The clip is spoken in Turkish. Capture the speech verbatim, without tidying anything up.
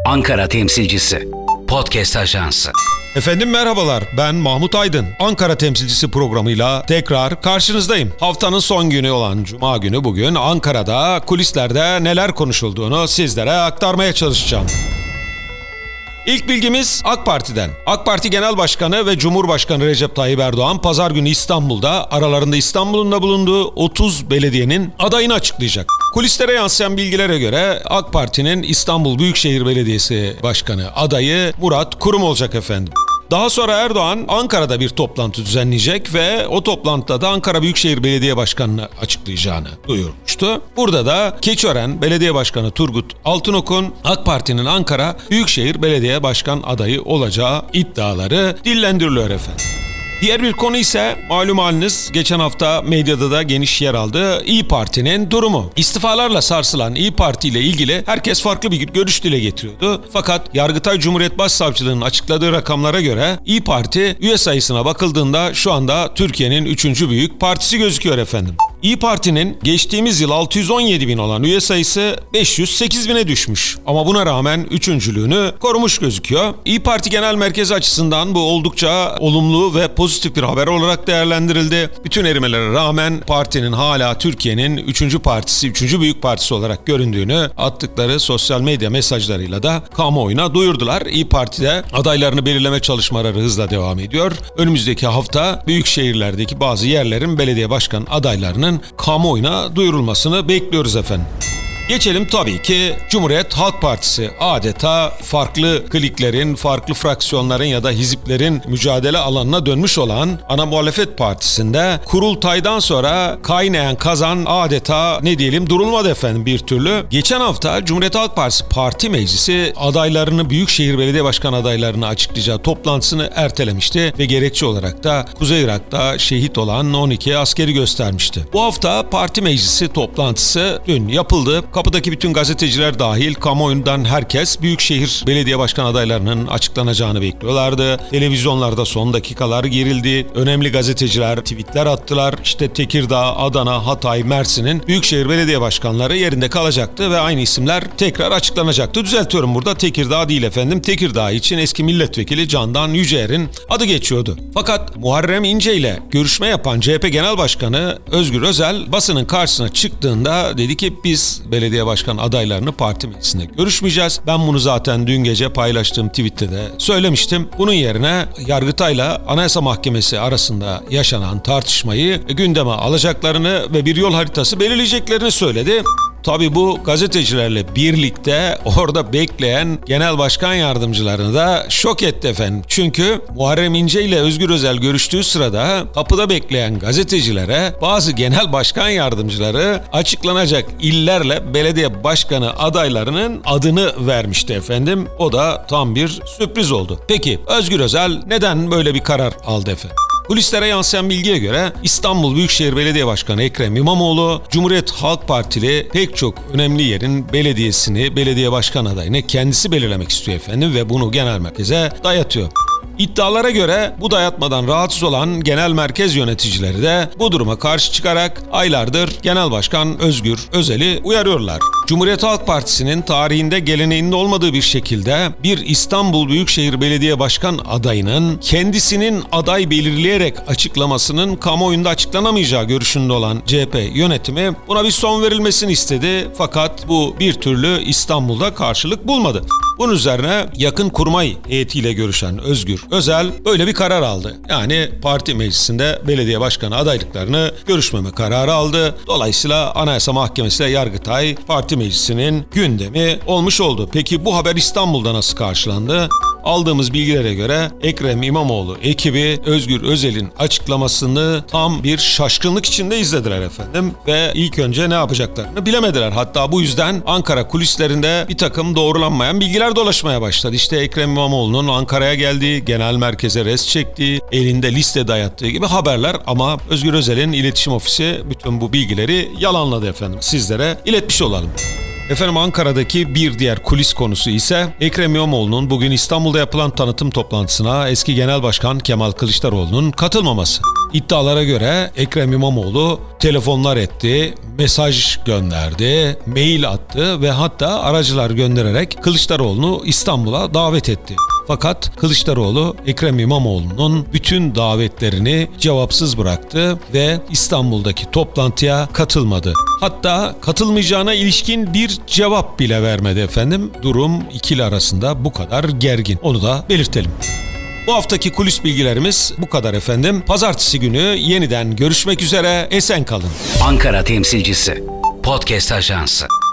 Ankara temsilcisi. Podcast Ajansı. Efendim merhabalar, ben Mahmut Aydın. Ankara Temsilcisi programıyla tekrar karşınızdayım. Haftanın son günü olan Cuma günü bugün Ankara'da kulislerde neler konuşulduğunu sizlere aktarmaya çalışacağım. İlk bilgimiz AK Parti'den. AK Parti Genel Başkanı ve Cumhurbaşkanı Recep Tayyip Erdoğan pazar günü İstanbul'da aralarında İstanbul'un da bulunduğu otuz belediyenin adayını açıklayacak. Kulislere yansıyan bilgilere göre AK Parti'nin İstanbul Büyükşehir Belediyesi Başkanı adayı Murat Kurum olacak efendim. Daha sonra Erdoğan Ankara'da bir toplantı düzenleyecek ve o toplantıda da Ankara Büyükşehir Belediye Başkanı'nı açıklayacağını duyurmuştu. Burada da Keçiören Belediye Başkanı Turgut Altınok'un AK Parti'nin Ankara Büyükşehir Belediye Başkan adayı olacağı iddiaları dillendiriliyor efendim. Diğer bir konu ise malum haliniz geçen hafta medyada da geniş yer aldı. İYİ Parti'nin durumu. İstifalarla sarsılan İYİ Parti ile ilgili herkes farklı bir görüş dile getiriyordu. Fakat Yargıtay Cumhuriyet Başsavcılığı'nın açıkladığı rakamlara göre İYİ Parti üye sayısına bakıldığında şu anda Türkiye'nin üçüncü büyük partisi gözüküyor efendim. İYİ Parti'nin geçtiğimiz yıl altı yüz on yedi bin olan üye sayısı beş yüz sekiz bine düşmüş. Ama buna rağmen üçüncülüğünü korumuş gözüküyor. İYİ Parti Genel Merkezi açısından bu oldukça olumlu ve pozitif bir haber olarak değerlendirildi. Bütün erimelere rağmen partinin hala Türkiye'nin üçüncü partisi, üçüncü büyük partisi olarak göründüğünü attıkları sosyal medya mesajlarıyla da kamuoyuna duyurdular. İYİ Parti'de adaylarını belirleme çalışmaları hızla devam ediyor. Önümüzdeki hafta büyük şehirlerdeki bazı yerlerin belediye başkan adaylarını kamuoyuna duyurulmasını bekliyoruz efendim. Geçelim tabii ki Cumhuriyet Halk Partisi. Adeta farklı kliklerin, farklı fraksiyonların ya da hiziplerin mücadele alanına dönmüş olan ana muhalefet partisinde kurultaydan sonra kaynayan kazan adeta ne diyelim durulmadı efendim bir türlü. Geçen hafta Cumhuriyet Halk Partisi Parti Meclisi adaylarını, Büyükşehir Belediye Başkan adaylarını açıklayacağı toplantısını ertelemişti ve gerekçe olarak da Kuzey Irak'ta şehit olan on iki askeri göstermişti. Bu hafta Parti Meclisi toplantısı dün yapıldı. Kapıdaki bütün gazeteciler dahil kamuoyundan herkes Büyükşehir Belediye Başkan adaylarının açıklanacağını bekliyorlardı. Televizyonlarda son dakikalar gerildi. Önemli gazeteciler tweetler attılar. İşte Tekirdağ, Adana, Hatay, Mersin'in Büyükşehir Belediye Başkanları yerinde kalacaktı ve aynı isimler tekrar açıklanacaktı. Düzeltiyorum burada, Tekirdağ değil efendim. Tekirdağ için eski milletvekili Candan Yüceer'in adı geçiyordu. Fakat Muharrem İnce ile görüşme yapan C H P Genel Başkanı Özgür Özel basının karşısına çıktığında dedi ki biz belediye Belediye başkan adaylarını parti meclisinde görüşmeyeceğiz. Ben bunu zaten dün gece paylaştığım tweette de söylemiştim. Bunun yerine Yargıtay'la Anayasa Mahkemesi arasında yaşanan tartışmayı gündeme alacaklarını ve bir yol haritası belirleyeceklerini söyledi. Tabii bu gazetecilerle birlikte orada bekleyen genel başkan yardımcılarını da şok etti efendim. Çünkü Muharrem İnce ile Özgür Özel görüştüğü sırada kapıda bekleyen gazetecilere bazı genel başkan yardımcıları açıklanacak illerle belediye başkanı adaylarının adını vermişti efendim. O da tam bir sürpriz oldu. Peki Özgür Özel neden böyle bir karar aldı efendim? Kulislere yansıyan bilgiye göre İstanbul Büyükşehir Belediye Başkanı Ekrem İmamoğlu, Cumhuriyet Halk Partili pek çok önemli yerin belediyesini, belediye başkan adayını kendisi belirlemek istiyor efendim ve bunu genel merkeze dayatıyor. İddialara göre bu dayatmadan rahatsız olan genel merkez yöneticileri de bu duruma karşı çıkarak aylardır Genel Başkan Özgür Özel'i uyarıyorlar. Cumhuriyet Halk Partisi'nin tarihinde geleneğinde olmadığı bir şekilde bir İstanbul Büyükşehir Belediye Başkan adayının kendisinin aday belirleyerek açıklamasının kamuoyunda açıklanamayacağı görüşünde olan C H P yönetimi buna bir son verilmesini istedi. Fakat bu bir türlü İstanbul'da karşılık bulmadı. Bunun üzerine yakın kurmay heyetiyle görüşen Özgür Özel böyle bir karar aldı. Yani parti meclisinde belediye başkanı adaylıklarını görüşmeme kararı aldı. Dolayısıyla Anayasa Mahkemesi ile Yargıtay parti meclisinin gündemi olmuş oldu. Peki bu haber İstanbul'da nasıl karşılandı? Aldığımız bilgilere göre Ekrem İmamoğlu ekibi Özgür Özel'in açıklamasını tam bir şaşkınlık içinde izlediler efendim. Ve ilk önce ne yapacaklarını bilemediler. Hatta bu yüzden Ankara kulislerinde bir takım doğrulanmayan bilgiler dolaşmaya başladı. İşte Ekrem İmamoğlu'nun Ankara'ya geldiği, genel merkeze res çektiği, elinde liste dayattığı gibi haberler ama Özgür Özel'in iletişim ofisi bütün bu bilgileri yalanladı efendim. Sizlere iletmiş olalım. Efendim Ankara'daki bir diğer kulis konusu ise Ekrem İmamoğlu'nun bugün İstanbul'da yapılan tanıtım toplantısına eski Genel Başkan Kemal Kılıçdaroğlu'nun katılmaması. İddialara göre Ekrem İmamoğlu telefonlar etti, mesaj gönderdi, mail attı ve hatta aracılar göndererek Kılıçdaroğlu'nu İstanbul'a davet etti. Fakat Kılıçdaroğlu Ekrem İmamoğlu'nun bütün davetlerini cevapsız bıraktı ve İstanbul'daki toplantıya katılmadı. Hatta katılmayacağına ilişkin bir cevap bile vermedi efendim. Durum ikili arasında bu kadar gergin. Onu da belirtelim. Bu haftaki kulis bilgilerimiz bu kadar efendim. Pazartesi günü yeniden görüşmek üzere. Esen kalın. Ankara temsilcisi. Podcast Ajansı.